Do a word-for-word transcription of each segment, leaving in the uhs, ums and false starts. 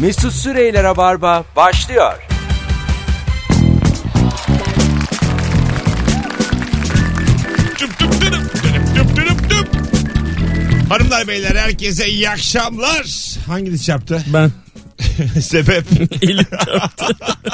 Mesut Süreyler'e Barba başlıyor. Düp düp dönüp dönüp düp dönüp düp. Hanımlar beyler herkese iyi akşamlar. Hanginiz çarptı? Ben. Sebep? Elim çarptı.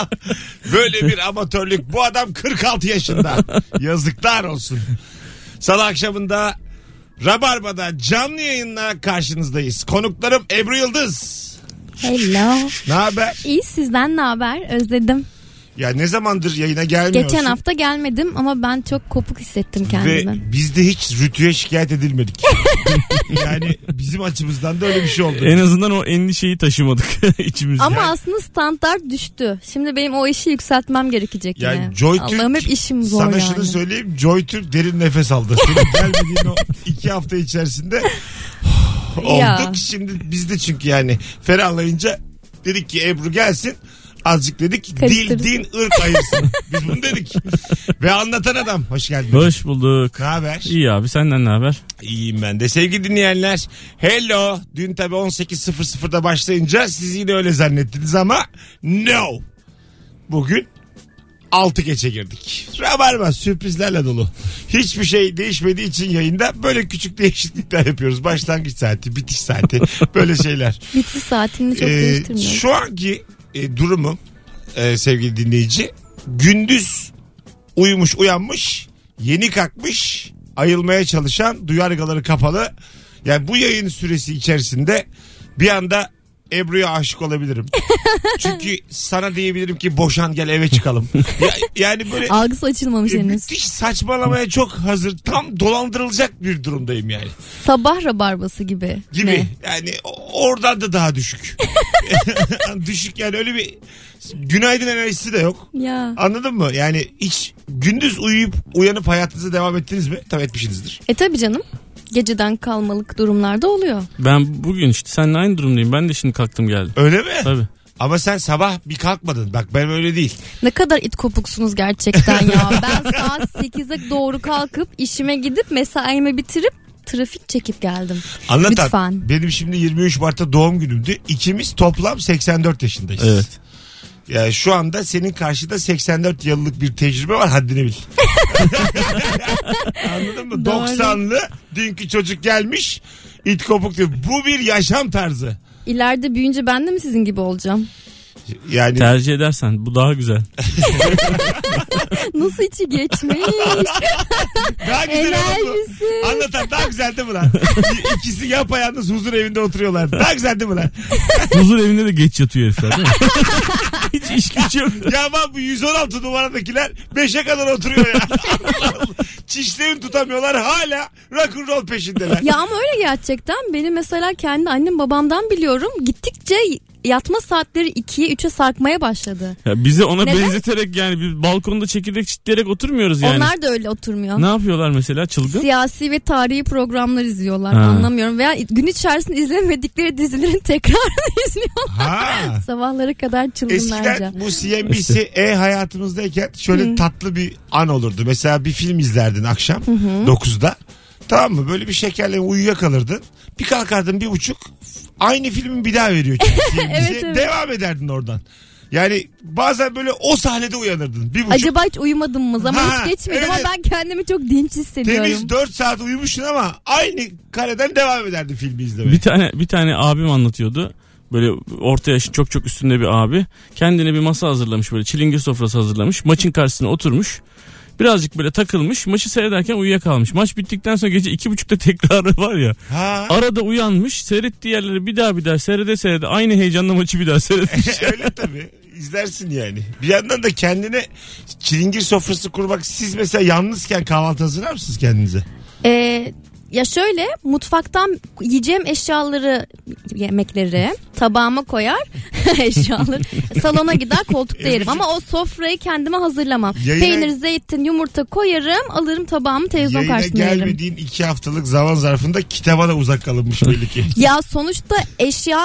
Böyle bir amatörlük. Bu adam kırk altı yaşında. Yazıklar olsun. Salı akşamında Rabarba'da canlı yayınla karşınızdayız. Konuklarım Ebru Yıldız. Hello. Ne haber? İyi, sizden ne haber? Özledim. Ya ne zamandır yayına gelmiyorsun? Geçen hafta gelmedim ama ben çok kopuk hissettim kendimi. Ve biz de hiç Rütü'ye şikayet edilmedik. Yani bizim açımızdan da öyle bir şey oldu. En azından o endişeyi taşımadık içimizde. Ama aslında standart düştü. Şimdi benim o işi yükseltmem gerekecek yani yine. Joytürk, Allah'ım hep işim zor sana yani. şunu söyleyeyim. Joytürk derin nefes aldı. Senin gelmediğin o iki hafta içerisinde olduk. Ya. Şimdi biz de çünkü yani ferahlayınca dedik ki Ebru gelsin. Azıcık dedik dil din ırk ayırsın. Biz bunu dedik. Ve anlatan adam. Hoş geldin. Hoş bulduk. Ne haber? İyi abi, senden ne haber? İyiyim ben de. Sevgili dinleyenler. Hello. Dün tabi on sekiz sıfır sıfırda başlayınca siz yine öyle zannettiniz ama no. Bugün altı geçe girdik. Rabarba sürprizlerle dolu. Hiçbir şey değişmediği için yayında böyle küçük değişiklikler yapıyoruz. Başlangıç saati, bitiş saati, böyle şeyler. Bitiş saatini çok Ee, değiştirmiyorum. şu anki e, durumu e, sevgili dinleyici, gündüz uyumuş uyanmış, yeni kalkmış, ayılmaya çalışan, duyargaları kapalı. Yani bu yayın süresi içerisinde bir anda Ebru'ya aşık olabilirim. Çünkü sana diyebilirim ki boşan gel eve çıkalım. Ya, yani böyle Algısı açılmamış e, henüz. müthiş saçmalamaya çok hazır, tam dolandırılacak bir durumdayım yani. Sabah rabarbası gibi. Gibi. Ne? Yani oradan da daha düşük. Düşük yani, öyle bir günaydın enerjisi de yok. Ya. Anladın mı? Yani hiç gündüz uyuyup uyanıp hayatınıza devam ettiniz mi? Tabii etmişsinizdir. E tabii canım. Geceden kalmalık durumlarda oluyor. Ben bugün işte seninle aynı durumdayım. Ben de şimdi kalktım geldim. Öyle mi? Tabii. Ama sen sabah bir kalkmadın. Bak ben öyle değil. Ne kadar it kopuksunuz gerçekten ya. Ben saat sekize doğru kalkıp işime gidip mesaimi bitirip trafik çekip geldim. Anlatan. Lütfen. Benim şimdi yirmi üç Mart'ta doğum günümdü. İkimiz toplam seksen dört yaşındayız. Evet. Yani şu anda senin karşıda seksen dört yıllık bir tecrübe var, haddini bil. Anladın mı? Doğru. doksanlı dünkü çocuk gelmiş, it kopuk diyor. Bu bir yaşam tarzı. İleride büyüyünce ben de mi sizin gibi olacağım? Yani Tercih edersen bu daha güzel. Nasıl içi geçmiş? daha güzel oldu. Enerjisi. Anlatan daha güzel değil mi lan? İkisi yapayalnız huzur evinde oturuyorlar. Daha güzel değil mi lan? Huzur evinde de geç yatıyor herifler değil mi? Hiç iş güç yok. Ya ama bu yüz on altı numaradakiler beşe kadar oturuyor ya. Çişlerini tutamıyorlar, hala rock'n'roll peşindeler. Ya ama öyle gerçekten. Benim mesela kendi annem babamdan biliyorum. Gittikçe yatma saatleri ikiye üçe sarkmaya başladı. Ya bize ona Neden? benzeterek yani biz balkonda çekirdek çitleyerek oturmuyoruz yani. Onlar da öyle oturmuyor. Ne yapıyorlar mesela, çılgın? Siyasi ve tarihi programlar izliyorlar. Ha. Anlamıyorum. Veya gün içerisinde izlemedikleri dizilerin tekrarını izliyorlar. Ha. Sabahlara kadar çılgınlarca. Eskiden bu C N B C e-hayatımızdayken şöyle tatlı bir an olurdu. Mesela bir film izlerdin akşam dokuzda. Tamam mı? Böyle bir şekerle uyuyakalırdın. Bir kalkardın bir buçuk. Aynı filmin bir daha veriyor. Evet, evet. Devam ederdin oradan. Yani bazen böyle o sahnede uyanırdın. Bir buçuk. Acaba hiç uyumadım mı? Zaman Ha, hiç geçmedi evet. ama ben kendimi çok dinç hissediyorum. Temiz dört saat uyumuşsun ama aynı kareden devam ederdin filmi izlemeye. Bir tane bir tane abim anlatıyordu. Böyle orta yaşın çok çok üstünde bir abi. Kendine bir masa hazırlamış, böyle çilingir sofrası hazırlamış. Maçın karşısına oturmuş. Birazcık böyle takılmış. Maçı seyrederken uyuyakalmış. Maç bittikten sonra gece iki buçukta tekrarı var ya. Ha. Arada uyanmış. Seyrettiği yerleri bir daha bir daha seyrede seyrede. Aynı heyecanla maçı bir daha seyretmiş. Öyle tabii. İzlersin yani. Bir yandan da kendine çilingir sofrası kurmak. Siz mesela yalnızken kahvaltı hazırlar mısınız kendinize? Ee, ya şöyle, mutfaktan yiyeceğim eşyaları, yemekleri tabağıma koyar eşyaları salona gider koltukta yerim ama o sofrayı kendime hazırlamam. Yayına- Peynir, zeytin, yumurta koyarım, alırım tabağımı televizyon Yayına karşısında yerim. gelmediğin iki haftalık zaman zarfında kitaba da uzak kalınmış belli ki. Ya sonuçta eşya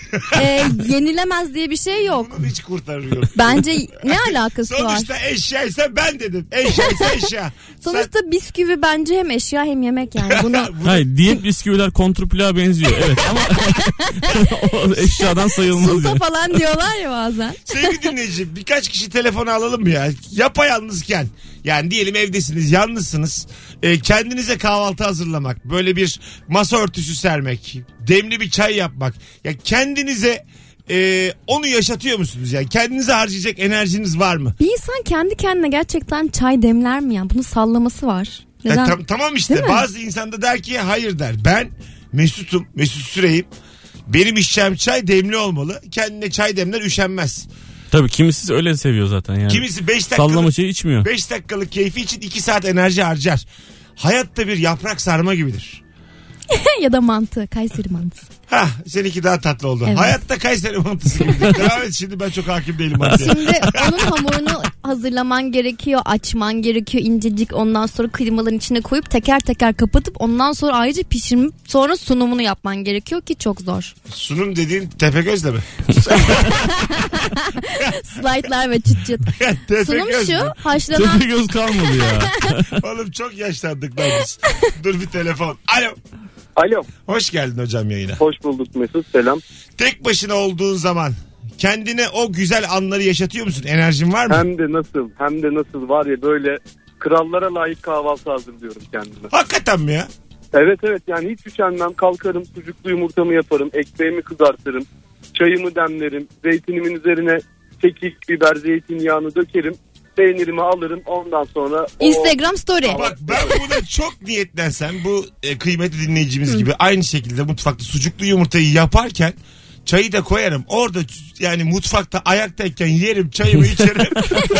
e, yenilemez diye bir şey yok. Bunu hiç kurtarıyorum. Bence ne alakası var? Sonuçta eşyaysa ben dedim. Eşyaysa eşya. Sonuçta Sen... bisküvi bence hem eşya hem yemek yani. Bunu... Hayır, diyet bisküviler kontrpluğa benziyor. Evet ama o eşyadan sayılmaz. Sulta yani. falan diyorlar ya bazen. Sevgili dinleyici, birkaç kişi telefonu alalım mı ya? Yapayalnızken, yani diyelim evdesiniz, yalnızsınız. E, kendinize kahvaltı hazırlamak, böyle bir masa örtüsü sermek, demli bir çay yapmak. Ya kendinize e, onu yaşatıyor musunuz? Yani kendinize harcayacak enerjiniz var mı? Bir insan kendi kendine gerçekten çay demler mi ya? Bunun sallaması var. Ya, tam, tamam işte, bazı insan da der ki hayır der. Ben Mesut'um, Mesut Süreyim. Benim içeceğim çay demli olmalı. Kendine çay demler, üşenmez. Tabii kimisi öyle seviyor zaten yani. Kimisi beş dakikalık, sallama çayı içmiyor. beş dakikalık keyfi için iki saat enerji harcar. Hayatta bir yaprak sarma gibidir. Ya da mantı, Kayseri mantısı. Hah, seninki daha tatlı oldu. Evet. Hayatta Kayseri mantısı gibidir. Devam et, şimdi ben çok hakim değilim mantıya. Şimdi onun hamurunu hazırlaman gerekiyor, açman gerekiyor incecik. Ondan sonra kıymaların içine koyup teker teker kapatıp ondan sonra ayrıca pişirip sonra sunumunu yapman gerekiyor ki çok zor. Sunum dediğin Tepegöz'le mi? Slide'lar ve çıt çıt. Sunum şu, haşlanan... Tepegöz kalmadı ya. Oğlum çok yaşlandık lan biz. Dur bir telefon. Alo. Alo. Hoş geldin hocam yayına. Hoş bulduk Mesut, selam. Tek başına olduğun zaman kendine o güzel anları yaşatıyor musun? Enerjin var mı? Hem de nasıl, hem de nasıl var ya, böyle krallara layık kahvaltı hazırlıyorum kendime. Hakikaten mi ya? Evet evet, yani hiç üşenmem, kalkarım, sucuklu yumurtamı yaparım, ekmeğimi kızartırım, çayımı demlerim, zeytinimin üzerine kekik, biber, zeytinyağını dökerim. Peynirimi alırım, ondan sonra o... Instagram story. Bak ben buna çok niyetlensem, bu e, kıymetli dinleyicimiz gibi aynı şekilde mutfakta sucuklu yumurtayı yaparken çayı da koyarım. Orada yani mutfakta ayaktayken yerim, çayımı içerim.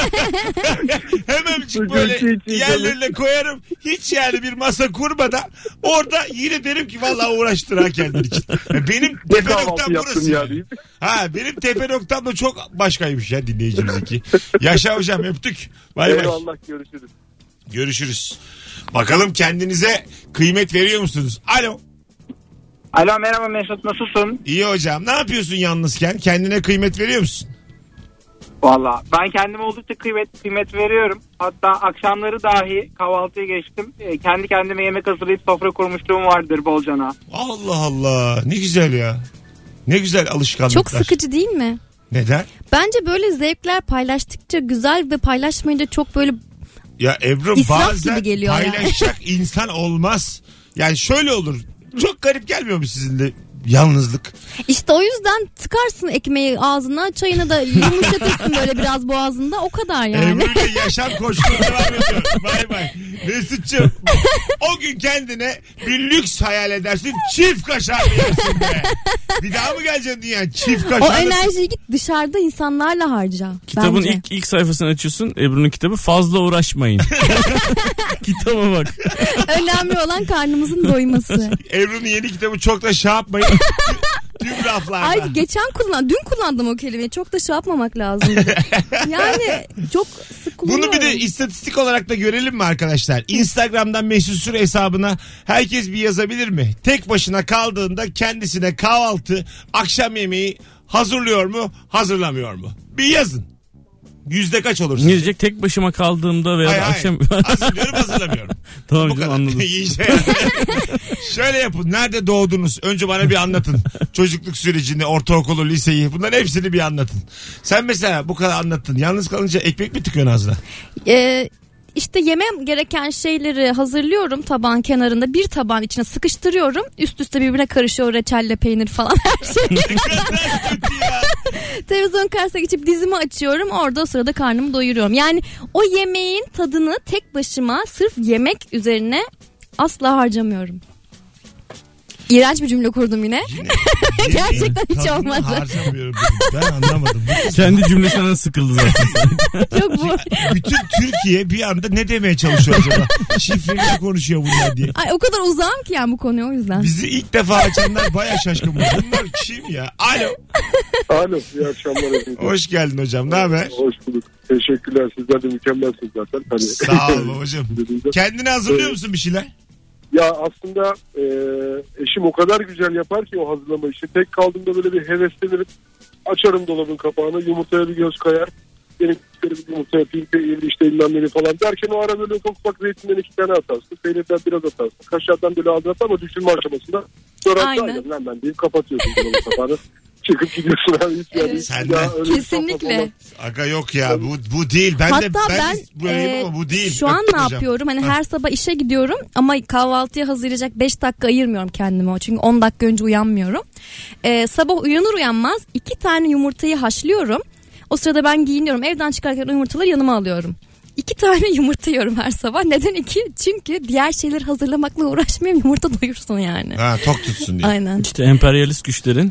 Hemencik böyle yerlerine koyarım. Hiç yani bir masa kurmadan orada yine derim ki vallahi uğraştır ha kendin için. Benim tepe noktam burası. Ya. Ha, benim tepe noktam da çok başkaymış ya dinleyicimizdeki. Yaşa hocam, öptük. Bay bay. Eyvallah, görüşürüz. Görüşürüz. Bakalım kendinize kıymet veriyor musunuz? Alo. Alo, merhaba Mesut, nasılsın? İyi hocam. Ne yapıyorsun yalnızken? Kendine kıymet veriyor musun? Valla ben kendime oldukça kıymet kıymet veriyorum. Hatta akşamları dahi kahvaltıya geçtim. E, kendi kendime yemek hazırlayıp sofra kurmuşluğum vardır bolcana. Allah Allah. Ne güzel ya. Ne güzel alışkanlıklar. Çok sıkıcı değil mi? Neden? Bence böyle zevkler paylaştıkça güzel ve paylaşmayınca çok böyle ya Ebru, İsraf bazen gibi geliyor paylaşacak yani. İnsan olmaz. Yani şöyle olur. Çok garip gelmiyor mu sizin de yalnızlık? İşte o yüzden tıkarsın ekmeği ağzına, çayını da yumuşatırsın böyle biraz boğazında, o kadar yani. Ebru'yla yaşam koşulu devam ediyor. Bay bay. Mesut'cum, o gün kendine bir lüks hayal edersin, çift kaşarlı yersin be. Bir daha mı geleceksin dünya? Çift kaşarlı. O enerjiyi git dışarıda insanlarla harca. Kitabın bence. ilk ilk sayfasını açıyorsun. Ebru'nun kitabı, fazla uğraşmayın. Kitaba bak. Önemli olan karnımızın doyması. Ebru'nun yeni kitabı, çok da şey yapmayın. Tüm raflarda. Ay geçen kullan, dün kullandım o kelimeyi. Çok da şey yapmamak lazım. Yani çok sık kullanıyorum. Bunu bir de istatistik olarak da görelim mi arkadaşlar? Instagram'dan Mesut Süre hesabına herkes bir yazabilir mi? Tek başına kaldığında kendisine kahvaltı, akşam yemeği hazırlıyor mu, hazırlamıyor mu? Bir yazın. Yüzde kaç olur sizce? Ne diyecek? Tek başıma kaldığımda veya hayır, akşam... hayır. Hazırlıyorum, hazırlamıyorum. Tamam canım, anladım. İyice yani. Şöyle yapın. Nerede doğdunuz? Önce bana bir anlatın. Çocukluk sürecini, ortaokulu, liseyi, bunların hepsini bir anlatın. Sen mesela bu kadar anlattın. Yalnız kalınca ekmek mi tıkıyorsun ağzına? Ee, işte yemem gereken şeyleri hazırlıyorum tabağın kenarında. Bir tabağın içine sıkıştırıyorum. Üst üste birbirine karışıyor, reçelle, peynir falan her şey. Televizyon karşısına geçip dizimi açıyorum. Orada o sırada karnımı doyuruyorum. Yani o yemeğin tadını tek başıma sırf yemek üzerine asla harcamıyorum. İğrenç bir cümle kurdum yine. yine Gerçekten hiç tadını olmadı. Harcamıyorum. Ben anlamadım. Kendi cümlesinden sıkıldı zaten. Çok bu. Bütün Türkiye bir anda ne demeye çalışıyor acaba? Şifreli konuşuyor bunlar diye. Ay o kadar uzağım ki yani bu konuya, o yüzden. Bizi ilk defa açanlar baya şaşkın. Bunlar kim ya? Alo. Alo, iyi akşamlar. Hoş geldin hocam. Ne haber? Hoş bulduk. Teşekkürler. Sizler de mükemmelsiniz zaten. Hani... Sağ ol hocam. Kendine hazırlıyor musun bir şeyler? Ya aslında e, eşim o kadar güzel yapar ki o hazırlama işi. Tek kaldığımda böyle bir heveslenirim. Açarım dolabın kapağını, yumurtaya bir göz kayar. Benim bir yumurta yapayım, işte bilmem falan derken o ara böyle ufak ufak zeytinden iki tane atarsın. Peynirden biraz atarsın. Kaşardan böyle alacaksın ama düşürme aşamasında. Sonra aynen. Lan ben deyip kapatıyorsun dolabın kapağını. Çıkıp gidiyorsun abi. Hiç yani. Evet. Sen de. Kesinlikle. Aga yok ya bu bu değil. Ben Hatta de ben, ben de böyleyim e, ama bu değil. şu an Öptüm ne hocam. yapıyorum? Hani Ha. her sabah işe gidiyorum ama kahvaltıya hazırlayacak beş dakika ayırmıyorum kendime o. Çünkü on dakika önce uyanmıyorum. E, sabah uyanır uyanmaz iki tane yumurtayı haşlıyorum. O sırada ben giyiniyorum. Evden çıkarken o yumurtaları yanıma alıyorum. İki tane yumurta yiyorum her sabah. Neden iki? Çünkü diğer şeyleri hazırlamakla uğraşmayayım. Yumurta doyursun yani. Ha, tok tutsun diye. Aynen. İşte emperyalist güçlerin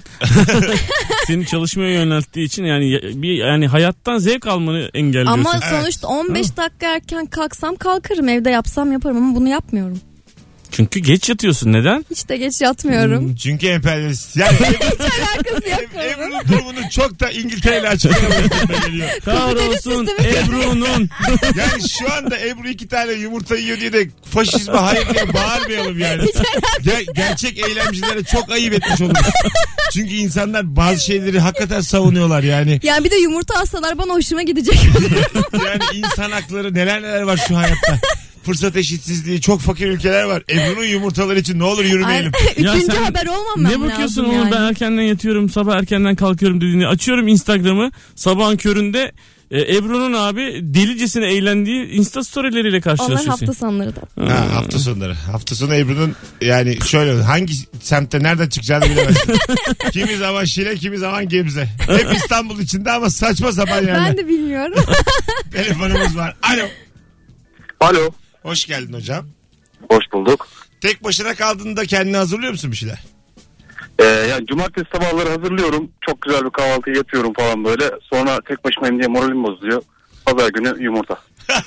seni çalışmaya yönelttiği için yani bir yani hayattan zevk almanı engelliyorsun. Ama sonuçta on beş dakika erken kalksam kalkarım. Evde yapsam yaparım ama bunu yapmıyorum. Çünkü geç yatıyorsun. Neden? Hiç de geç yatmıyorum. Hmm, çünkü emperyalist. Yani Hiç alakası yok. Ev- Ebru'nun durumunu çok da İngiltere ile açıklayamayız. Kahrolsun Ebru'nun. Yani şu anda Ebru iki tane yumurta yiyor diye de faşizme hayır diye bağırmayalım yani. Ger- gerçek eylemcilere çok ayıp etmiş oluruz. Çünkü insanlar bazı şeyleri hakikaten savunuyorlar yani. Yani bir de yumurta alsalar bana hoşuma gidecek. Yani insan hakları neler neler var şu hayatta. Fırsat eşitsizliği, çok fakir ülkeler var. Ebru'nun yumurtaları için ne olur yürümeyelim. Ya Üçüncü sen haber olmam ben Ne bakıyorsun lazım oğlum yani. ben erkenden yatıyorum sabah erkenden kalkıyorum dediğini açıyorum Instagram'ı sabahın köründe e, Ebru'nun abi delicesine eğlendiği Insta storyleriyle Onlar karşılaşıyorsun. hafta sonları da. Ha, hafta sonları. Hafta sonu Ebru'nun yani şöyle hangi semtte nereden çıkacağını bilemezsin. Kimi zaman Şile, kimi zaman Gebze. Hep İstanbul içinde ama saçma sapan yerler. Ben de bilmiyorum. Telefonumuz var. Alo. Alo. Hoş geldin hocam. Hoş bulduk. Tek başına kaldığında kendini hazırlıyor musun bir şeyler? Ee, yani cumartesi sabahları hazırlıyorum. Çok güzel bir kahvaltı yapıyorum falan böyle. Sonra tek başımayım diye moralim bozuluyor. Pazar günü yumurta.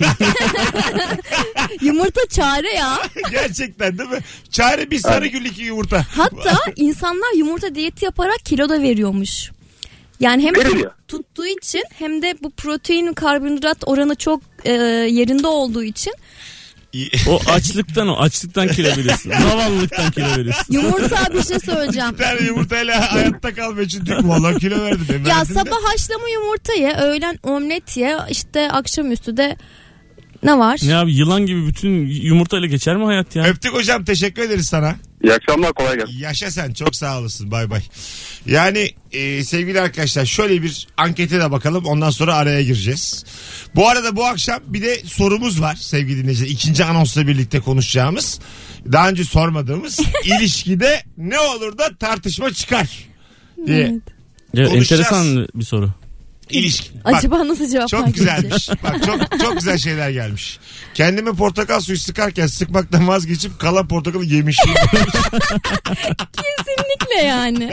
Yumurta çare ya. Gerçekten değil mi? Çare bir sarı gül iki yumurta. Hatta insanlar yumurta diyeti yaparak kilo da veriyormuş. Yani hem Verir tut- ya. tuttuğu için hem de bu protein karbonhidrat oranı çok e, yerinde olduğu için O açlıktan o açlıktan kilo veriyorsun. Zavallılıktan kilo veriyorsun. yumurta bir şey söyleyeceğim. Bir tane yumurtayla hayatta kalma için dik valla kilo verdim. Ya sabah haşlama yumurta ye, öğlen omlet ye, işte akşamüstü de ne var? Ne abi yılan gibi bütün yumurtayla geçer mi hayat ya? Öptük hocam, teşekkür ederiz sana. İyi akşamlar, kolay gelsin. Yaşa sen, çok sağ olasın, bay bay. Yani e, sevgili arkadaşlar şöyle bir ankete de bakalım, ondan sonra araya gireceğiz. Bu arada bu akşam bir de sorumuz var sevgili dinleyiciler. İkinci anonsla birlikte konuşacağımız, daha önce sormadığımız ilişkide ne olur da tartışma çıkar diye. Evet. Ya, konuşacağız. enteresan bir soru. İlişki. Bak, Acaba nasıl cevaplar çok gelecek? güzelmiş. Bak çok çok güzel şeyler gelmiş. Kendime portakal suyu sıkarken sıkmaktan vazgeçip kalan portakalı yemişim. Kesinlikle yani.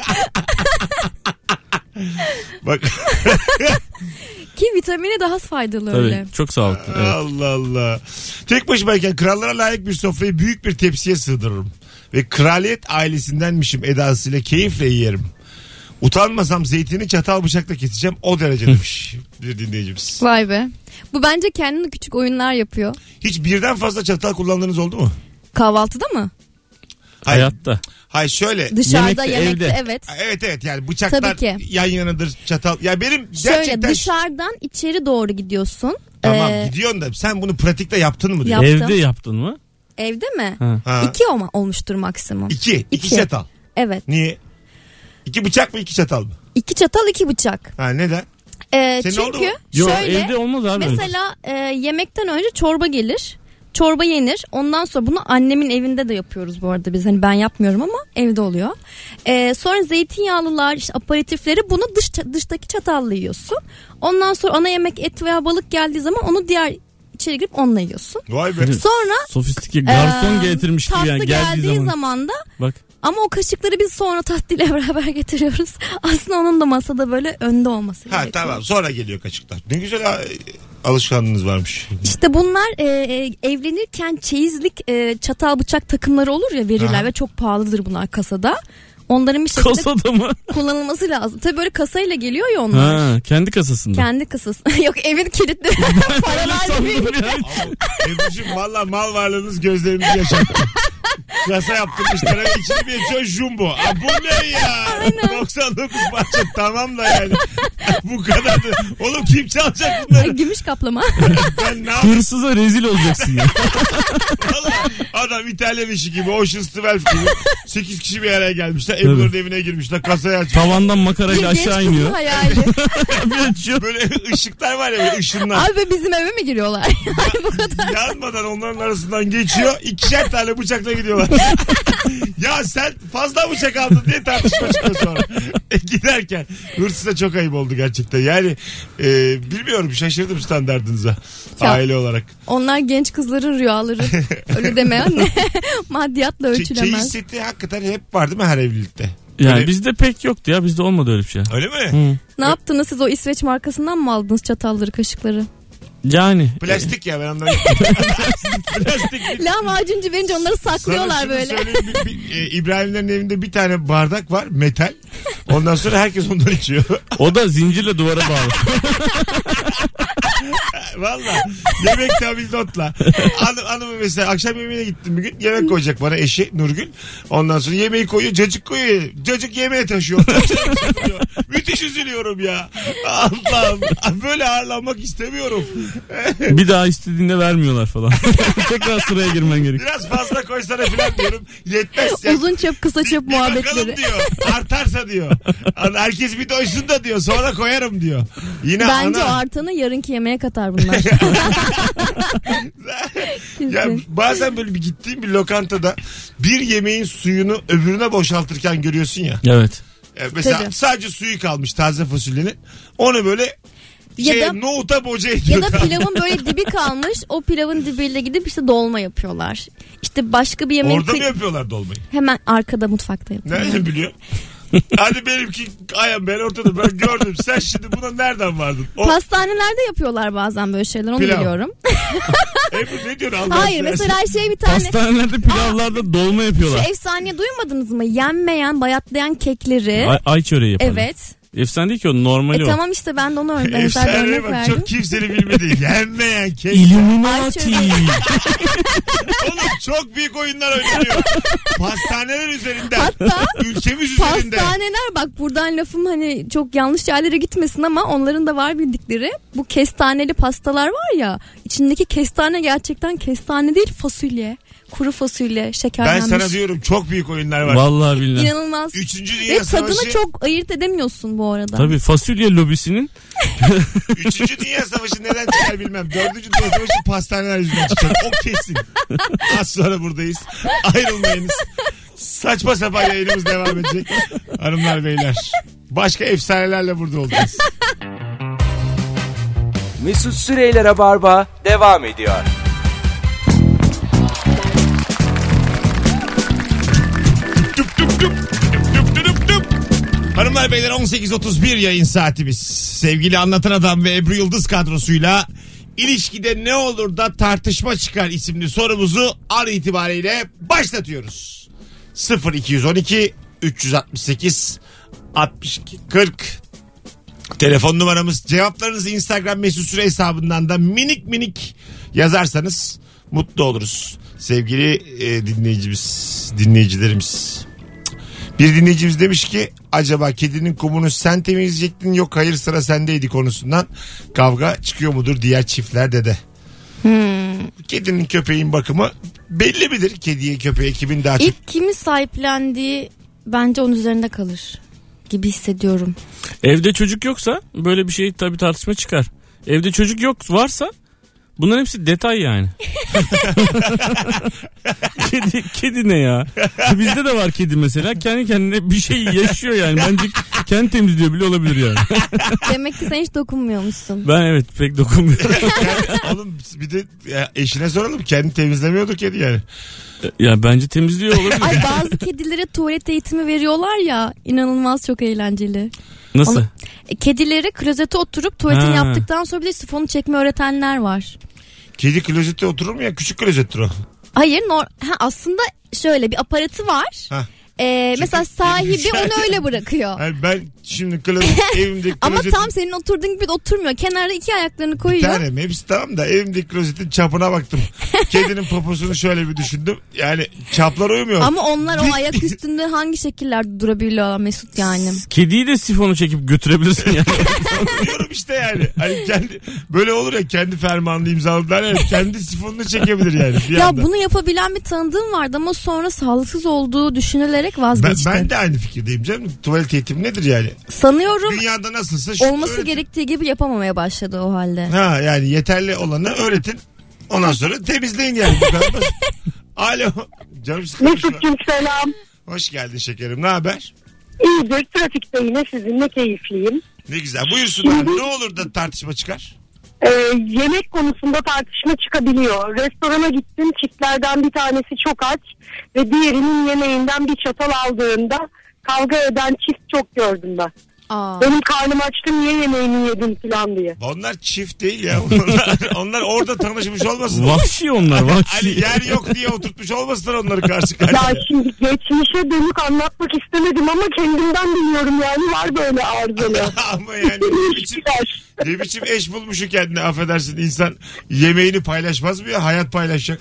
Bak. Ki vitamini daha faydalı Tabii öyle. çok sağlıklı. Evet. Allah Allah. Tek başımayken krallara layık bir sofrayı büyük bir tepsiye sığdırırım. Ve kraliyet ailesindenmişim edasıyla keyifle yerim. Utanmasam zeytini çatal bıçakla keseceğim, o derece demiş bir dinleyicimiz. Vay be. Bu bence kendine küçük oyunlar yapıyor. Hiç birden fazla çatal kullandığınız oldu mu? Kahvaltıda mı? Hayır. Hayatta. Hayır şöyle. Dışarıda Yemekte, yemekte, evde. evet. Evet evet, yani bıçaklar Tabii ki. yan yanadır, çatal. Ya benim Şöyle gerçekten... dışarıdan içeri doğru gidiyorsun. Tamam Ee, gidiyorsun da sen bunu pratikte yaptın mı diyor. Yap- Yaptım. Evde yaptın mı? Evde mi? Ha. Ha. İki olma, olmuştur maksimum. İki. İki, İki. çatal. Evet. Niye? İki bıçak mı iki çatal mı? İki çatal iki bıçak. Ha neden? Ee, Senin oldu mu? çünkü Yok şöyle evde olmaz abi. mesela e, yemekten önce çorba gelir. Çorba yenir. Ondan sonra bunu annemin evinde de yapıyoruz bu arada biz. Hani ben yapmıyorum ama evde oluyor. Ee, sonra zeytinyağlılar, işte aperatifleri bunu dış dıştaki çatalla yiyorsun. Ondan sonra ana yemek et veya balık geldiği zaman onu diğer içeri girip onunla yiyorsun. Vay be. Sonra Sofistike garson e, getirmiş gibi tatlı yani geldiği geldiği zaman. zaman da Bak. ama o kaşıkları biz sonra tatlıyla beraber getiriyoruz. Aslında onun da masada böyle önde olması Ha gerekiyor. tamam, sonra geliyor kaşıklar. Ne güzel ha, alışkanlığınız varmış. İşte bunlar e, e, evlenirken çeyizlik e, çatal bıçak takımları olur ya, verirler Aha. ve çok pahalıdır bunlar kasada. Onların bir şekilde Kasada mı? kullanılması lazım. Tabii böyle kasayla geliyor ya onlar. Ha, kendi kasasında. Kendi kasası. Yok, evin kilitli. Paralar Sandım değil. yani. Ebru'cum valla mal varlığınız gözlerimizi yaşattı. Kasa yaptırmışlar. İçini bir açıyor jumbo. Aa, bu ne ya? doksan dokuz parça tamam da yani. Bu kadardı. Oğlum kim çalacak bunları? Gümüş kaplama. Ben ne yapayım? Hırsıza rezil olacaksın ya. Vallahi adam İtalyan işi gibi. Ocean's Twelve gibi. sekiz kişi bir araya gelmişler. Ebru'nun evine girmişler. Kasayı açmışlar. Tavandan makarayla aşağı Genç iniyor. kızın hayali. Bir açıyor. Böyle ışıklar var ya, böyle ışınlar. Abi bizim eve mi giriyorlar? Bu kadar. Yanmadan onların arasından geçiyor. İkişer tane bıçakla gidiyorlar. Ya sen fazla bıçak aldın diye tartışma çıkıyor sonra. E, giderken. Hırsıza çok ayıp oldu gerçekten. Yani e, bilmiyorum, şaşırdım standartınıza. Ya, aile olarak. Onlar genç kızların rüyaları. Öyle deme anne. Maddiyatla Ç- ölçülemez. çeyiz seti hakikaten hep var değil mi her evlilikte? Yani Öyle- bizde pek yoktu ya. Bizde olmadı öyle bir şey. Öyle mi? Hı. Ne yaptınız siz, o İsveç markasından mı aldınız çatalları, kaşıkları? Yani. Plastik ya, ben onları... Plastik. Lahmacuncu verince onları saklıyorlar Sana şunu böyle. söyleyeyim, bir- bir- e, İbrahimlerin evinde bir tane bardak var, metal. Ondan sonra herkes ondan içiyor. O da zincirle duvara bağlı. Valla yemek tabildotla. Hanım, hanımı mesela akşam yemeğine gittim bir gün, yemek koyacak bana eşi Nurgül. Ondan sonra yemeği koyuyor, cacık koyuyor. Cacık yemeğe taşıyor. taşıyor. Müthiş üzülüyorum ya. Allah'ım, böyle ağırlanmak istemiyorum. Bir daha istediğinde vermiyorlar falan. Tekrar sıraya girmen gerekiyor. Biraz fazla koysana falan diyorum. Yetmez. Yani, Uzun çöp kısa çöp bir bakalım muhabbetleri. diyor. Artarsa diyor. Herkes bir doysun da diyor. Sonra koyarım diyor. Yine Bence ana... o artanı yarınki yemeğe katar bunlar. Ya bazen böyle bir gittiğim bir lokantada bir yemeğin suyunu öbürüne boşaltırken görüyorsun ya. Evet. E, mesela Tabii. sadece suyu kalmış taze fasulyenin. Onu böyle Ya şey, da- nohuta boca Ya ediyor. da pilavın böyle dibi kalmış. O pilavın dibiyle gidip işte dolma yapıyorlar. İşte başka bir yemeğin Orada kı- mı yapıyorlar dolmayı? hemen arkada mutfakta yapıyorlar. Nereden biliyor? Hadi benimki ayağım ben ortada, ben gördüm. Sen şimdi buna nereden vardın? O, Pastanelerde yapıyorlar bazen böyle şeyler, onu Pilav. biliyorum. Ebru ne diyorsun Allah Hayır, seversen? mesela şey bir tane Pastanelerde pilavlarda dolma şu yapıyorlar. efsaneyi duymadınız mı? Yenmeyen, bayatlayan kekleri. Ay, ay çöreği yaparlar. Evet. Efsane değil ki o, normali E o. tamam işte, ben de onu örnek, benzer bir Efsaneye örnek bak, verdim. çok kimsenin bilmediği yenmeyen kek. Illuminati. Oğlum çok büyük oyunlar oynanıyor. Pastaneler üzerinden. Hatta Ülkemiz üzerinde. pastaneler, bak buradan lafım hani çok yanlış yerlere gitmesin ama onların da var bildikleri. Bu kestaneli pastalar var ya, içindeki kestane gerçekten kestane değil, fasulye. Kuru fasulye, Ben şekerlenmiş. sana diyorum çok büyük oyunlar var. Vallahi billahi. İnanılmaz. Üçüncü Ve Dünya tadını Savaşı. çok ayırt edemiyorsun bu arada. Tabii fasulye lobisinin Üçüncü Dünya Savaşı neden çıkar bilmem. Dördüncü Dünya Savaşı pastaneler yüzünden çıkar. O kesin. Az sonra buradayız. Ayrılmayınız. Saçma sapan yayınımız devam edecek. Hanımlar beyler. Başka efsanelerle burada olacağız. Mesut Süreyler'e barba devam ediyor. Düp düp düp. Düp düp düp düp. Hanımlar beyler, on sekiz otuz bir yayın saatimiz. Sevgili Anlatan Adam ve Ebru Yıldız kadrosuyla ilişkide ne olur da tartışma çıkar isimli sorumuzu an itibariyle başlatıyoruz. sıfır iki on iki üç altı sekiz altmış iki kırk telefon numaramız. Cevaplarınızı Instagram Mesut Süre hesabından da minik minik yazarsanız mutlu oluruz. Sevgili e, dinleyicimiz, dinleyicilerimiz. Bir dinleyicimiz demiş ki acaba kedinin kumunu sen temizleyecektin, yok hayır sıra sendeydi konusundan kavga çıkıyor mudur diğer çiftlerde de. Hmm. Kedinin köpeğin bakımı belli midir? Kediye köpeğe kimin daha çok? İlk kimi sahiplendiği bence onun üzerinde kalır gibi hissediyorum. evde çocuk yoksa böyle bir şey tabii tartışma çıkar. Evde çocuk yok varsa bunların hepsi detay yani. kedi, kedi ne ya? Bizde de var kedi mesela. Kendi kendine bir şey yaşıyor yani. Bence kendi temizliyor bile olabilir yani. Demek ki sen hiç dokunmuyormuşsun. Ben evet pek dokunmuyorum. Oğlum bir de ya eşine soralım, kendi temizlemiyordu kedi yani. Ya bence temizliyor olabilir. Ay, bazı kedilere tuvalet eğitimi veriyorlar ya, inanılmaz çok eğlenceli. Nasıl? Onu- E, Kedileri klozete oturup tuvaletini Ha. yaptıktan sonra bir de sifonu çekme öğretenler var. Kedi klozette oturur mu ya? Küçük klozettir o. Hayır, nor- ha, aslında şöyle bir aparatı var. Hah. Ee, mesela sahibi onu öyle bırakıyor. Yani ben şimdi klozet, evimdeki Ama klozetin- tam senin oturduğun gibi de oturmuyor. Kenarda iki ayaklarını Bir koyuyor. tanem hepsi tamam da evimdeki klozetin çapına baktım. Kedinin poposunu şöyle bir düşündüm. Yani çaplar uymuyor. Ama onlar o ayak üstünde hangi şekillerde durabiliyorlar Mesut yani. Kediyi de sifonu çekip götürebilirsin yani. Diyorum işte yani. Hani kendi, böyle olur ya kendi fermanını imzaladılar ya kendi sifonunu çekebilir yani. Bir Ya anda. bunu yapabilen bir tanıdığım vardı ama sonra sağlıksız olduğu düşünülerek ben, vazgeçti. ben de aynı fikirdeyim canım. Tuvalet eğitimi nedir yani? Sanıyorum Dünyada nasılsa şu olması öğretin. gerektiği gibi yapamamaya başladı o halde. Ha yani yeterli olanı öğretin. Ondan sonra temizleyin yani. Bu kadar basit. Alo. Canım sıkılmış mı? Mesut'cum selam. Hoş geldin şekerim. Ne haber? İyidir. Trafikte yine sizinle keyifliyim. Ne güzel. Buyursunlar. Ne olur da tartışma çıkar? Ee, yemek konusunda tartışma çıkabiliyor. Restorana gittim. Çiftlerden bir tanesi çok aç ve diğerinin yemeğinden bir çatal aldığında kavga eden çift çok gördüm ben. Aa. Benim karnım açtı, niye yemeğini yedin falan diye. Onlar çift değil ya. Onlar, onlar orada tanışmış olmasın. Vahşi onlar Hani vahşi. yer yok diye oturtmuş olmasınlar onları karşı karşıya. Ya şimdi geçmişe dönük anlatmak istemedim ama kendimden biliyorum yani, var böyle arızalı. Ama yani ne biçim, ne biçim eş bulmuşu kendine, affedersin, insan yemeğini paylaşmaz mı ya? Hayat paylaşacak.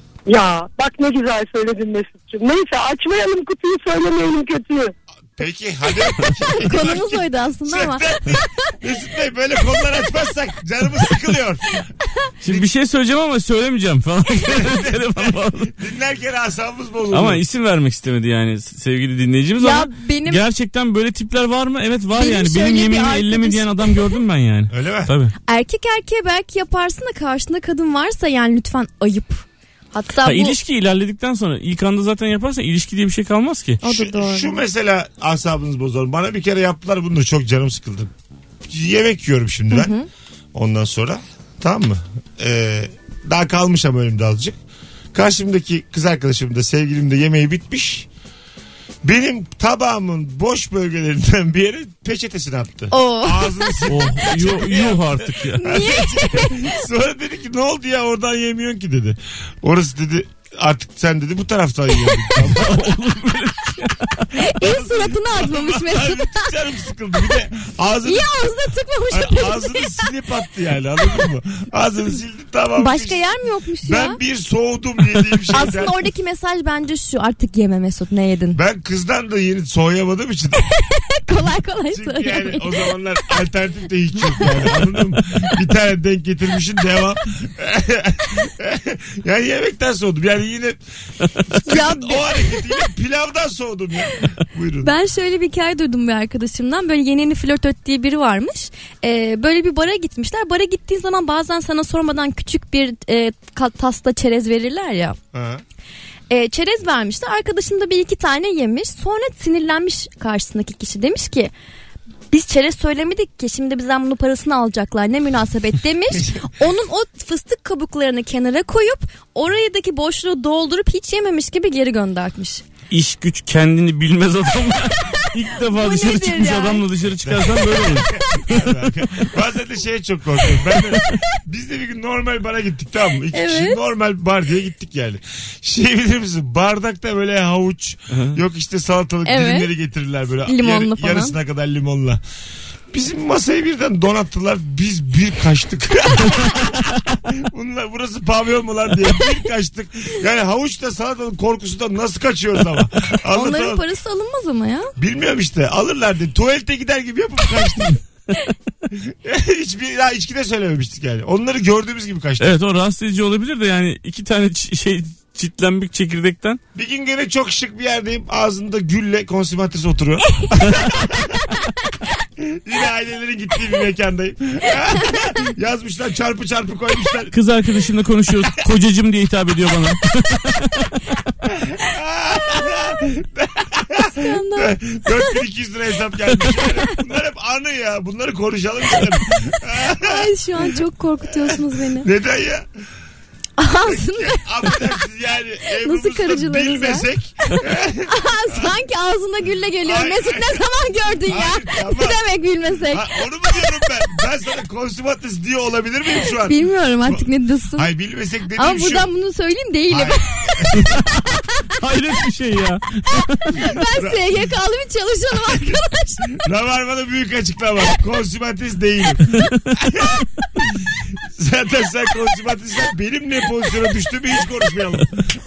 Ya bak ne güzel söyledin Mesut'cum. Neyse açmayalım kutuyu, söylemeyelim kötüyü. Peki hadi. Konumuz oydu aslında ama. Mesut Bey böyle konular açmazsak canımız sıkılıyor. Şimdi bir şey söyleyeceğim ama söylemeyeceğim falan. Telefon bağlı. Dinlerken asabımız bozuluyor. Ama isim vermek istemedi yani sevgili dinleyicimiz Ya ama benim- gerçekten böyle tipler var mı? Evet var Benim yani. şöyle Benim bir yemeğimi arkadaş- elleme diyen adam gördüm ben yani. Öyle mi? Tabii. Erkek erkeğe belki yaparsın da karşında kadın varsa yani lütfen ayıp. Hatta Ha, bu ilişki ilerledikten sonra ilk anda zaten yaparsan ilişki diye bir şey kalmaz ki. o da Şu, doğru. şu mesela asabınız bozulur. Bana bir kere yaptılar bunu da çok canım sıkıldı. Yemek yiyorum şimdi ben. Ondan sonra tamam mı? Ee, daha kalmış ama önümde azıcık. Karşımdaki kız arkadaşım da sevgilim de yemeği bitmiş. Benim tabağımın boş bölgelerinden bir yere peçetesini attı. Oo. Ağzını sildi. Oh, yuh, yuh artık ya. Sonra dedi ki ne oldu ya, oradan yemiyorsun ki dedi. Orası dedi artık sen dedi bu taraftan yiyorsun. İyi suratını açmamış Mesut. Canım sıkıldı. Bir de ağzını, İyi ağzına tıkmamış. Ay, ağzını silip attı yani, anladın mı? Ağzını sildi, tamam. Başka yer mi yokmuş ya? Ben bir soğudum yediğim şeyden. Aslında oradaki mesaj bence şu: artık yeme Mesut, ne yedin? Ben kızdan da yeni soğuyamadığım için. kolay kolay Çünkü yani söylemeyin. o zamanlar alternatif de hiç yok yani, anladın mı? Bir tane denk getirmişsin, devam. Yani yemekten soğudum. Yani yine Ya o hareketiyle pilavdan soğudum ya. Buyurun. ben şöyle bir hikaye duydum bir arkadaşımdan. Böyle yeni yeni flört ettiği biri varmış. Ee, böyle bir bara gitmişler. Bara gittiğin zaman bazen sana sormadan küçük bir e, ka- tasla çerez verirler ya. Ha. E, çerez vermişler. Arkadaşım da bir iki tane yemiş. Sonra sinirlenmiş karşısındaki kişi. Demiş ki biz çerez söylemedik ki, şimdi bizden bunun parasını alacaklar, ne münasebet demiş. Onun o fıstık kabuklarını kenara koyup orayadaki boşluğu doldurup hiç yememiş gibi geri göndermiş. İş güç kendini bilmez adam. İlk defa Bu dışarı nedir çıkmış ya? adamla dışarı çıkarsan böyle olur. Bazen de şeye çok korkuyorum. Ben de, biz de bir gün normal bara gittik, tamam mı? İki Evet. kişi normal bar diye gittik yani. Şey bilir misin? Bardakta böyle havuç, yok işte salatalık Evet. dilimleri getirirler böyle. Limonlu falan. Yarısına kadar limonla. Bizim masayı birden donattılar. Biz bir kaçtık. Bunlar burası pavyon mu lan diye bir kaçtık. Yani havuçta salatanın korkusundan nasıl kaçıyoruz ama. Onların Anlatamam. parası alınmaz ama ya. Bilmiyorum işte, alırlar diye tuvalete gider gibi yapıp kaçtık. Hiçbir daha içki de söylememiştik yani. Onları gördüğümüz gibi kaçtık. Evet, o rahatsız edici olabilir de yani iki tane ç- şey çitlenbik çekirdekten. Bir gün gene çok şık bir yerdeyim. Ağzında gülle konsumatris oturuyor. Yine ailelerin gittiği bir mekandayım. Yazmışlar, çarpı çarpı koymuşlar. Kız arkadaşımla konuşuyoruz. Kocacım diye hitap ediyor bana. dört bin iki yüz lira hesap gelmiş. Yani bunlar hep anı ya. Bunları konuşalım istedim. Ay şu an çok korkutuyorsunuz beni. Neden ya? Ağzında Affedersiniz yani. Nasıl Ebru'muzda karıcılarız ya? bilmesek. sanki ağzında gülle geliyor. Hayır, Mesut hayır. ne zaman gördün ya? Hayır, tamam. Ne demek bilmesek? Ha, onu mu diyorum ben? Ben sana konsumatris diye olabilir miyim şu an? Bilmiyorum artık ne diyorsun. Hayır, bilmesek dediğim Ama şu. buradan bunu söyleyeyim değilim. Hayır. Hayret bir şey ya. Ben S G K'lı bir çalışanım arkadaşlar. Rabarba'da büyük açıklama. Konsümatist değilim. Zaten sen konsümatistsen benim ne pozisyona düştüğümü hiç konuşmayalım.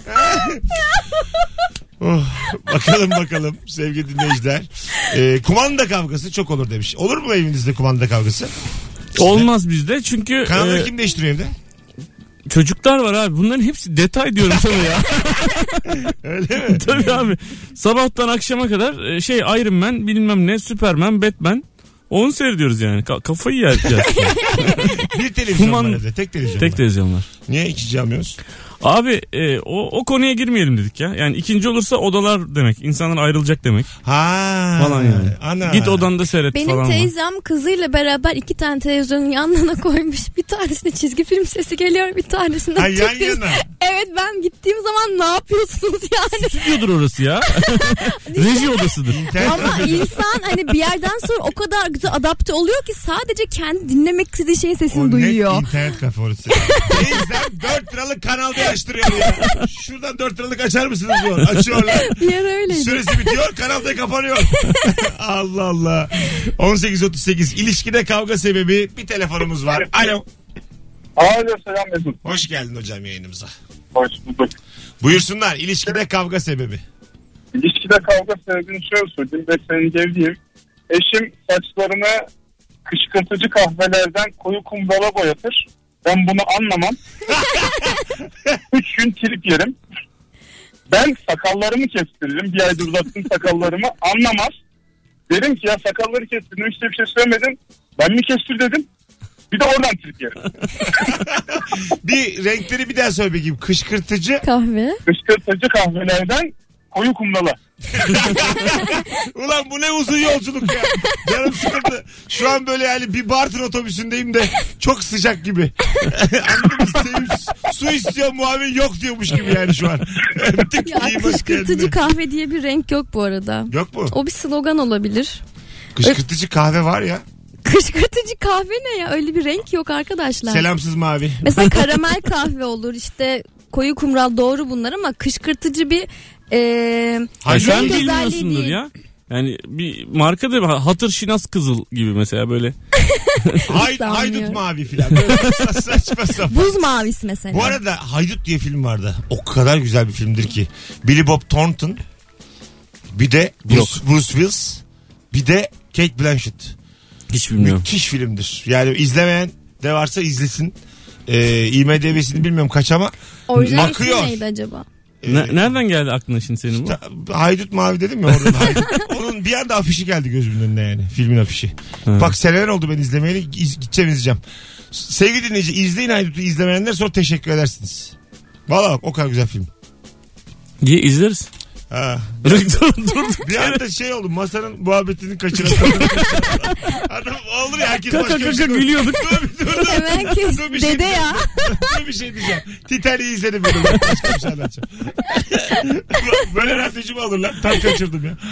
Oh, bakalım bakalım sevgili dinleyiciler. Ee, kumanda kavgası çok olur demiş. Olur mu evinizde kumanda kavgası? Olmaz bizde çünkü Kanalları e, kim değiştiriyor evde? çocuklar var abi. Bunların hepsi detay diyorum sana ya. Öyle mi? Tabii abi. Sabahtan akşama kadar e, şey Iron Man bilmem ne Superman Batman. Onu seyrediyoruz yani. Ka- kafayı yereceğiz. Bir televizyon Kuman- var evde. Tek televizyon Tek var. televizyon var. Niye ikinci almıyoruz? Abi e, o, o konuya girmeyelim dedik ya. Yani ikinci olursa odalar demek. İnsanlar ayrılacak demek. Ha. Falan yani. Ana. Git odanda seyret Benim falan. teyzem kızıyla beraber iki tane televizyonun yanına koymuş. Bir tanesinde çizgi film sesi geliyor, bir tanesinde Ha, Türk yan dizisi. yana. Evet, ben gittiğim zaman ne yapıyorsunuz yani? Stüdyodur orası ya. Reji odasıdır. Ama insan hani bir yerden sonra o kadar güzel adapte oluyor ki sadece kendi dinlemek istediği şeyin sesini O duyuyor. net internet kafe orası. Teyzem dört liralık kanal değiştiriyor ya. Şuradan dört liralık açar mısınız diyor. Açıyorlar. Bir yer öyleydi. Süresi bitiyor, kanal da kapanıyor. Allah Allah. on sekiz otuz sekiz ilişkide kavga sebebi bir telefonumuz var. Alo. Alo, selam Mesut. Hoş geldin hocam yayınımıza. Hoş bulduk. Buyursunlar ilişkide kavga sebebi. İlişkide kavga sebebini şöyle söyleyeyim. Ben senin evliyim. Eşim saçlarını kışkırtıcı kahvelerden koyu kumrala boyatır. Ben bunu anlamam. Üç gün trip yerim. Ben sakallarımı kestiririm. Bir ayda uzattım sakallarımı. Anlamaz. Dedim ki ya sakalları kestirdim. Hiç de bir şey söylemedim. Ben mi kestir dedim. Bir de oradan trip yerim. Bir renkleri bir daha söyle bakayım. Kışkırtıcı. Kahve. Kışkırtıcı kahvelerden koyu kumrala. Ulan bu ne uzun yolculuk ya. Canım sıkıldı. Şu an böyle yani bir Bartın otobüsündeyim de çok sıcak gibi. Anladın mı? Sevim, su istiyor muavin yok diyormuş gibi yani şu an. Öptük, Ya iyi bak kışkırtıcı kendine. kahve diye bir renk yok bu arada. Yok mu? O bir slogan olabilir. Kışkırtıcı kahve var ya. Kışkırtıcı kahve ne ya? Öyle bir renk yok arkadaşlar. Selamsız mavi. Mesela karamel kahve olur, işte koyu kumral, doğru bunlar, ama kışkırtıcı bir e, Ya Hayır, sen renk özelliği bilmiyorsundur değil. ya. Yani bir marka da hatır şinas kızıl gibi mesela böyle. Hay, Sanmıyorum. haydut mavi filan. Böyle saçma sapan. Buz mavisi mesela. Bu arada Haydut diye film vardı. O kadar güzel bir filmdir ki. Billy Bob Thornton, bir de Bruce, Bruce Willis, bir de Kate Blanchett. Hiç bilmiyorum. Müthiş filmdir. Yani izlemeyen de varsa izlesin. Ee, I M D B'sini bilmiyorum kaç ama Orijinal ismi bakıyor. neydi acaba? Ee, Ne- nereden geldi aklına şimdi senin bu? ta- Haydut mavi dedim ya oradan Haydut. Onun bir anda afişi geldi gözümün önüne yani. Filmin afişi. Hı. Bak seneler oldu ben izlemeyeli. İz, gideceğim izleyeceğim. Sevgili dinleyici izleyin Haydut'u, izlemeyenler sonra teşekkür edersiniz. Valla bak o kadar güzel film. Diye izleriz. Ha. dur dur dur. Bir anda şey oldu masanın muhabbetini kaçıran. Adam olur ya herkes Kaka başka bir kaka şey konuşuyor. gülüyorduk. Dur, dur, dur. Hemen kes. Dur, bir şey Dede diyeceğim. ya. Dur bir şey diyeceğim. Titanic'i izledim benim. Başka bir şey anlatacağım. Böyle radyocu mu olur lan? Tam kaçırdım ya.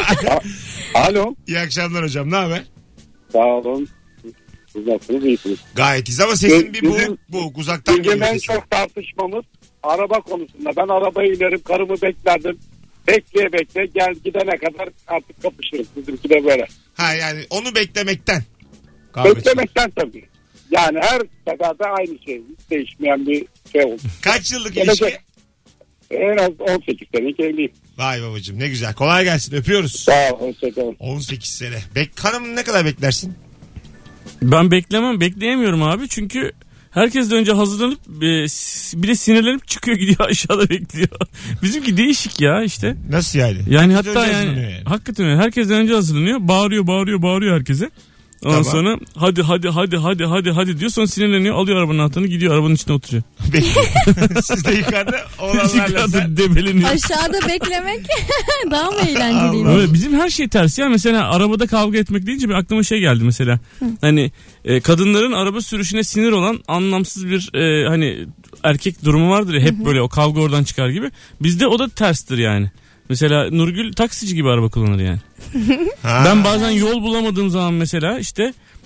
Alo. İyi akşamlar hocam. Ne haber? Sağ olun. Uzatınız iyisiniz. Gayet iyiyiz ama sesin bir Bizim- boğuk boğuk uzaktan Bizim geliyor en sesin. çok tartışmamız araba konusunda. Ben arabaya inerim, karımı beklerdim. Bekleye bekle gel gidene kadar artık kapışırız. Bizimki de böyle. Ha yani onu beklemekten. Kavga Beklemekten tabii. Yani her seferde aynı şey. Hiç değişmeyen bir şey oldu. çıkıyor. Kaç yıllık Gelecek. ilişki? En az on sekiz senelik evliyim. Vay babacığım ne güzel. Kolay gelsin öpüyoruz. Sağ ol. Hoşçakalın. on sekiz sene. Bek hanım ne kadar beklersin? Ben beklemem, bekleyemiyorum abi çünkü herkes de önce hazırlanıp e, s- bir de sinirlenip çıkıyor gidiyor aşağıda bekliyor. Bizimki değişik ya işte. Nasıl yani? Yani Herkes hatta önce yani, hazırlanıyor yani. hakikaten öyle. Herkesten önce hazırlanıyor. Bağırıyor, bağırıyor, bağırıyor herkese. Ondan Tamam. sonra hadi hadi hadi hadi hadi hadi diyor. Sonra sinirleniyor, alıyor arabanın anahtarını, gidiyor arabanın içine oturuyor. Bekliyor. Siz de yukarıda olanlarla sen. Yukarıda debeleniyor. Aşağıda beklemek daha mı eğlenceliymiş? Öyle, bizim her şey ters ya. Mesela arabada kavga etmek deyince bir aklıma şey geldi mesela. Hani e, kadınların araba sürüşüne sinir olan anlamsız bir e, hani erkek durumu vardır ya, hep böyle o kavga oradan çıkar gibi. Bizde o da terstir yani. Mesela Nurgül taksici gibi araba kullanır yani. Ha. Ben bazen yol bulamadığım zaman mesela işte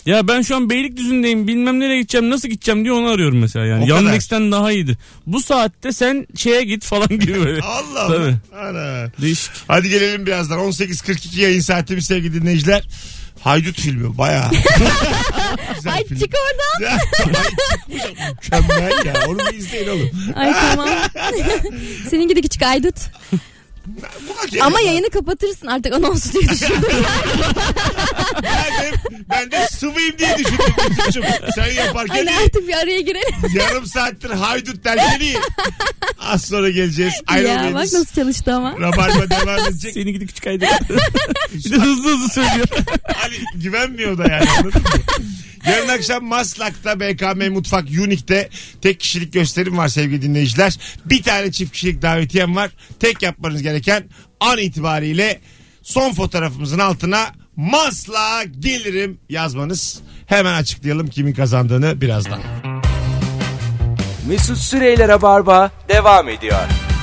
Ya ben şu an Beylikdüzü'ndeyim, bilmem nereye gideceğim, nasıl gideceğim diye onu arıyorum mesela yani. Yandex'ten daha iyidir. Bu saatte sen şeye git falan gibi böyle. Allah Allah. Ana. Değişik. Hadi gelelim birazdan. on sekiz kırk iki yayın saatimiz sevgili dinleyiciler. Haydut filmi bayağı. Ay film. çık oradan. Mükemmel ya. Onu bir izleyin oğlum. Ay tamam. Senin gibi küçük aydut. Ama yayını kapatırsın artık anonsu diye düşündüm. ben, de, ben de sıvıyım diye düşündüm. Mesut'cum. Sen yaparken Hani artık bir araya girelim. yarım saattir haydut derken iyi. Az sonra geleceğiz. Ayrılmayınız. Ya bak nasıl çalıştı ama. Rabarba devam edecek. Seni gidi küçük aydın. Bir de hızlı hızlı söylüyor. Hani güvenmiyor da yani, anladın mı? Yarın akşam Maslak'ta B K M Mutfak Unique'de tek kişilik gösterim var sevgili dinleyiciler. Bir tane çift kişilik davetiyem var. Tek yapmanız gereken an itibariyle son fotoğrafımızın altına Maslak'a gelirim yazmanız. Hemen açıklayalım kimin kazandığını birazdan. Mesut Süreyler'e barba devam ediyor.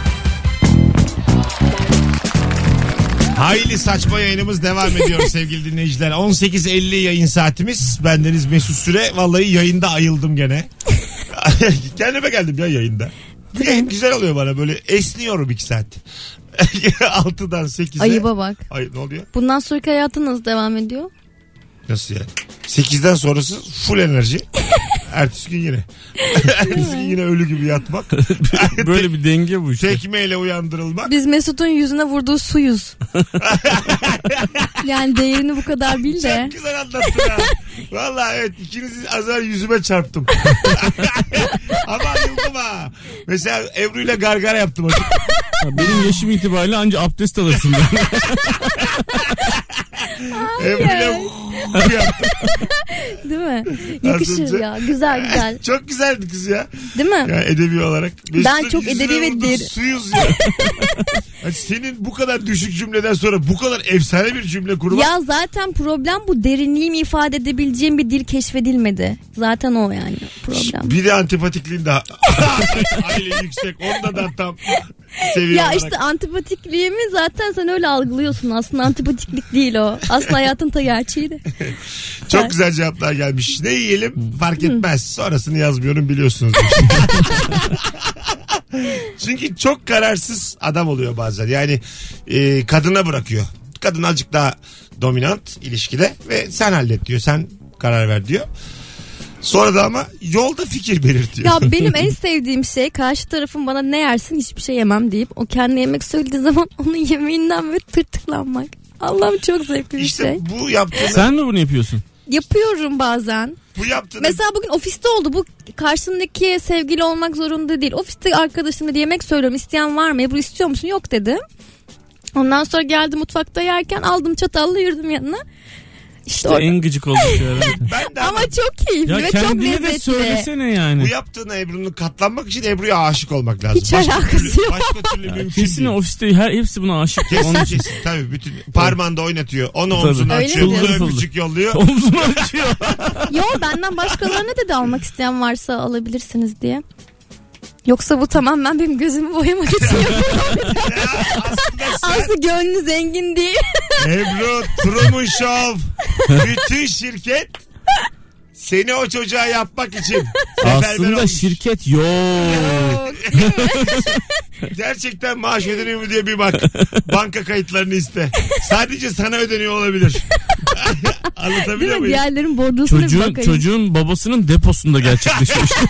Hayli saçma yayınımız devam ediyor sevgili dinleyiciler. on sekiz elli yayın saatimiz. Bendeniz Mesut Süre. Vallahi yayında ayıldım gene. Kendime geldim ya yayında. Yayın güzel oluyor bana, böyle esniyorum iki saat. altıdan sekize. Ayıba bak. Ay, ne oluyor? Bundan sonraki hayatın nasıl devam ediyor? Nasıl yani? sekizden sonrası full enerji. Ertesi gün yine. Ertesi gün yine ölü gibi yatmak. Böyle bir denge bu işte. Tekmeyle uyandırılmak. Biz Mesut'un yüzüne vurduğu suyuz. Yani değerini bu kadar bil de. Çok güzel anlattın ha. Valla evet, ikinizi az önce yüzüme çarptım. Ama ayıldım ha. Mesela Ebru ile gargara yaptım. Benim yaşım itibariyle anca abdest alırsın. Ebru ile yaptım. Değil mi? Yakışır ya. Güzel güzel. Çok güzeldi kız ya. Değil mi? Ya edebi olarak. Ben çok edebi ve deri. Suyuz ya. Yani senin bu kadar düşük cümleden sonra bu kadar efsane bir cümle kurmak. Ya zaten problem bu, derinliğimi ifade edebileceğim bir dil keşfedilmedi. Zaten o yani problem. Bir de antipatikliğin daha aile yüksek. Onda da tam seviye Ya olarak. işte antipatikliğimi zaten sen öyle algılıyorsun. Aslında antipatiklik değil o. Aslında hayatın ta gerçeği de. Çok güzel cevaplar gelmiş. Ne yiyelim fark etmez. Sonrasını yazmıyorum biliyorsunuz. Çünkü çok kararsız adam oluyor bazen. Yani e, kadına bırakıyor. Kadın azıcık daha dominant ilişkide ve sen hallet diyor. Sen karar ver diyor. Sonra da ama yolda fikir belirtiyor. Ya benim en sevdiğim şey karşı tarafın bana ne yersin hiçbir şey yemem deyip o kendi yemek söylediği zaman onun yemeğinden ve tırtıklanmak. Allah'ım çok zevkli bir İşte şey. bu yaptığını... Sen mi bunu yapıyorsun? Yapıyorum bazen. Bu yaptığını... Mesela bugün ofiste oldu. Bu karşımdaki sevgili olmak zorunda değil. Ofiste arkadaşımla yemek söylüyorum. İsteyen var mı? Ebru istiyor musun? Yok dedi. Ondan sonra geldi mutfakta yerken aldım çatalla yürüdüm yanına. İşte, İşte orada. en gıcık olduğu şey herhalde. Ben de Ama çok keyifli Ya ve çok kendine lezzetli. de söylesene yani. bu yaptığına Ebru'nun katlanmak için Ebru'ya aşık olmak lazım. Hiç alakası türlü, yok. Başka türlü mümkün Kesin değil. ofiste her hepsi buna aşık. Kesin Onun kesin tabii, bütün parmağında oynatıyor. Onu Tabii. omzuna Öyle açıyor. mi? Bunu Fıldır öpücük yolluyor. omzunu açıyor. Yo, benden başkalarına dedi almak isteyen varsa alabilirsiniz diye. Yoksa bu tamamen benim gözümü boyamak için yapıyorum. Ya aslında sen Aslında gönlü zengin değil. Ebru Truman Show bütün şirket seni o çocuğa yapmak için seferber Aslında olmuş. şirket yok. Gerçekten maaş ödeniyor mu diye bir bak. Banka kayıtlarını iste. Sadece sana ödeniyor olabilir. Anlatabiliyor Değil mi? muyum? Diğerlerin bordrosuna bir Çocuğun, bakayım. çocuğun babasının deposunda gerçekleşiyor işte.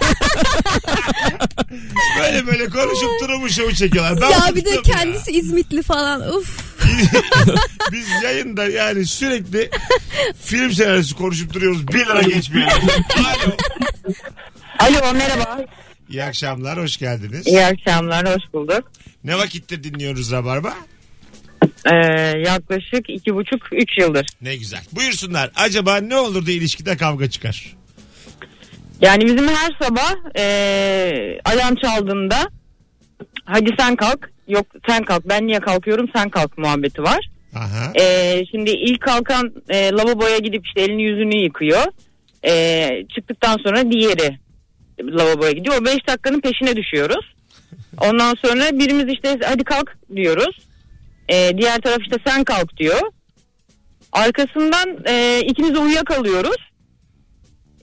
Böyle böyle konuşup Truman Show'u çekiyorlar. Ben Ya bir de bıktım ya. kendisi İzmitli falan. Uf. Biz yayında yani sürekli film senaryosu konuşup duruyoruz. Bir lira geçmiyor. Alo. Alo, merhaba. İyi akşamlar, hoş geldiniz. İyi akşamlar, hoş bulduk. Ne vakittir dinliyoruz Rabarba? Ee, yaklaşık iki buçuk üç yıldır. Ne güzel. Buyursunlar. Acaba ne olur da ilişkide kavga çıkar? Yani bizim her sabah ee, alarm çaldığında hadi sen kalk, yok sen kalk, ben niye kalkıyorum, sen kalk muhabbeti var. Aha. Ee, şimdi ilk kalkan e, lavaboya gidip işte elini yüzünü yıkıyor. Ee, çıktıktan sonra diğeri lavaboya gidiyor. O beş dakikanın peşine düşüyoruz. Ondan sonra birimiz işte hadi kalk diyoruz. Ee, diğer taraf işte sen kalk diyor. Arkasından e, ikimiz de uyuyakalıyoruz.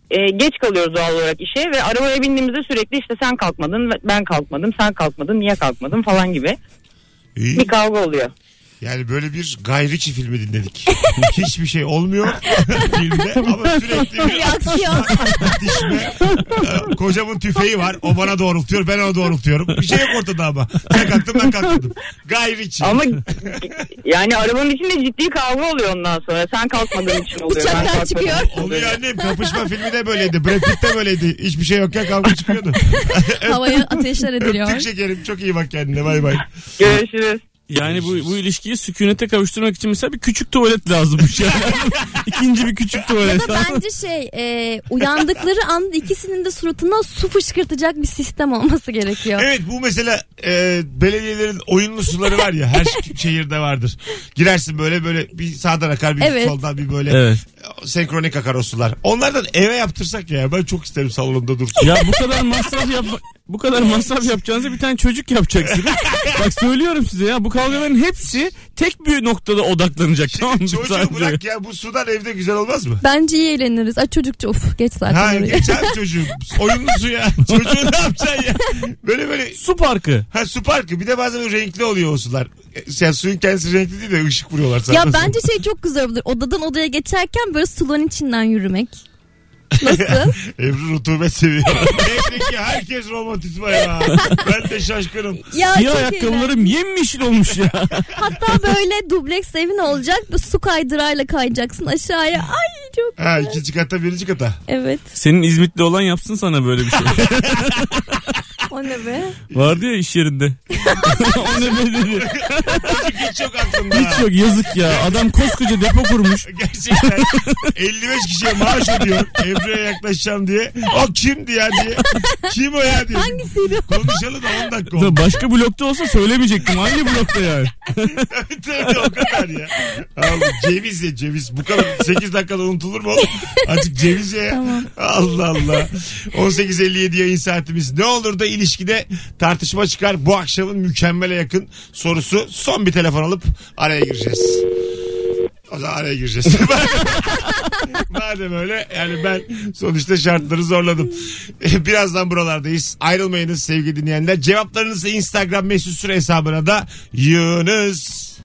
e, geç kalıyoruz doğal olarak işe ve arabaya bindiğimizde sürekli işte sen kalkmadın, ben kalkmadım, sen kalkmadın, niye kalkmadın falan gibi İyi. bir kavga oluyor. Yani böyle bir Guy Ritchie filmi dinledik. Hiçbir şey olmuyor filmde ama sürekli bir Bir aksiyon. dişme. Kocamın tüfeği var. O bana doğrultuyor. Ben ona doğrultuyorum. Bir şey yok ortada ama. Sen kalktın ben kalkmadım. Guy Ritchie. Ama yani arabanın içinde ciddi kavga oluyor ondan sonra. Sen kalkmadığın için oluyor. ben Bıçaklar kalkmadığım çıkıyor. için Oluyor oluyor. annem. Kapışma filmi de böyleydi. Brad Pitt de böyleydi. Hiçbir şey yokken kavga çıkıyordu. Havaya ateşler ediliyor. Öptük şekerim. Çok iyi bak kendine. Bay bay. Görüşürüz. Yani bu bu ilişkiyi sükunete kavuşturmak için mesela bir küçük tuvalet lazımmış yani. İkinci bir küçük Ya tuvalet. da bence şey e, uyandıkları anda ikisinin de suratına su fışkırtacak bir sistem olması gerekiyor. Evet bu mesela e, belediyelerin oyunlu suları var ya her şehirde vardır. Girersin böyle böyle bir sağdan akar bir Evet. soldan bir böyle Evet. senkronik akar o sular. Onlardan eve yaptırsak ya ben çok isterim salonda dursun. Ya bu kadar masraf yapma, bu kadar masraf yapacağınıza bir tane çocuk yapacaksınız. Bak söylüyorum size ya bu kavgaların hepsi tek bir noktada odaklanacak. Tamam mı? Çocuğu Sadece. bırak ya bu sudan evde güzel olmaz mı? Bence iyi eğleniriz. Ay çocukça of geç zaten Ha oraya. geç abi çocuğu. Oyunlu su ya. Çocuğu ne yapacaksın ya? Böyle böyle. Su parkı. Ha su parkı bir de bazen renkli oluyor o sular. Yani suyun kendisi renkli değil de ışık vuruyorlar sana. Ya bence şey çok güzel olur. Odadan odaya geçerken böyle suların içinden yürümek. Nasıl? Ebru rutubet seviyor. Evdeki herkes romantizma ya. Ben de şaşkınım. Ya Siyah çok ayakkabılarım yemyeşil olmuş ya. Hatta böyle dubleks evin olacak. Bir su kaydırayla kayacaksın aşağıya. Ay çok Ha güzel. ikinci kata birinci kata. Evet. Senin İzmitli olan yapsın sana böyle bir şey. O ne be? Vardı ya iş yerinde. O ne be dedi. Çocuk hiç yok aklımda. Hiç yok yazık ya. Adam koskoca depo kurmuş. Gerçekten elli beş kişiye maaş ödüyor Ebru'ya yaklaşacağım diye. O kimdi ya diye. Kim o ya diye. Hangisiydi? Konuşalı da on dakika oldu. Başka blokta olsa söylemeyecektim. Hangi blokta yani? Tabii tabii o kadar ya. Allah, ceviz ye ceviz. Bu kadar sekiz dakikada unutulur mu oğlum? Azıcık ceviz ye ya. Tamam. Allah Allah. on sekiz elli yedi yayın saatimiz. Ne olur da ilişkide tartışma çıkar. Bu akşamın mükemmele yakın sorusu. Son bir telefon alıp araya gireceğiz. O zaman araya gireceğiz. Madem öyle yani ben sonuçta şartları zorladım. Birazdan buralardayız. Ayrılmayınız sevgili dinleyenler. Cevaplarınızı Instagram mesut süre hesabına da yığınız.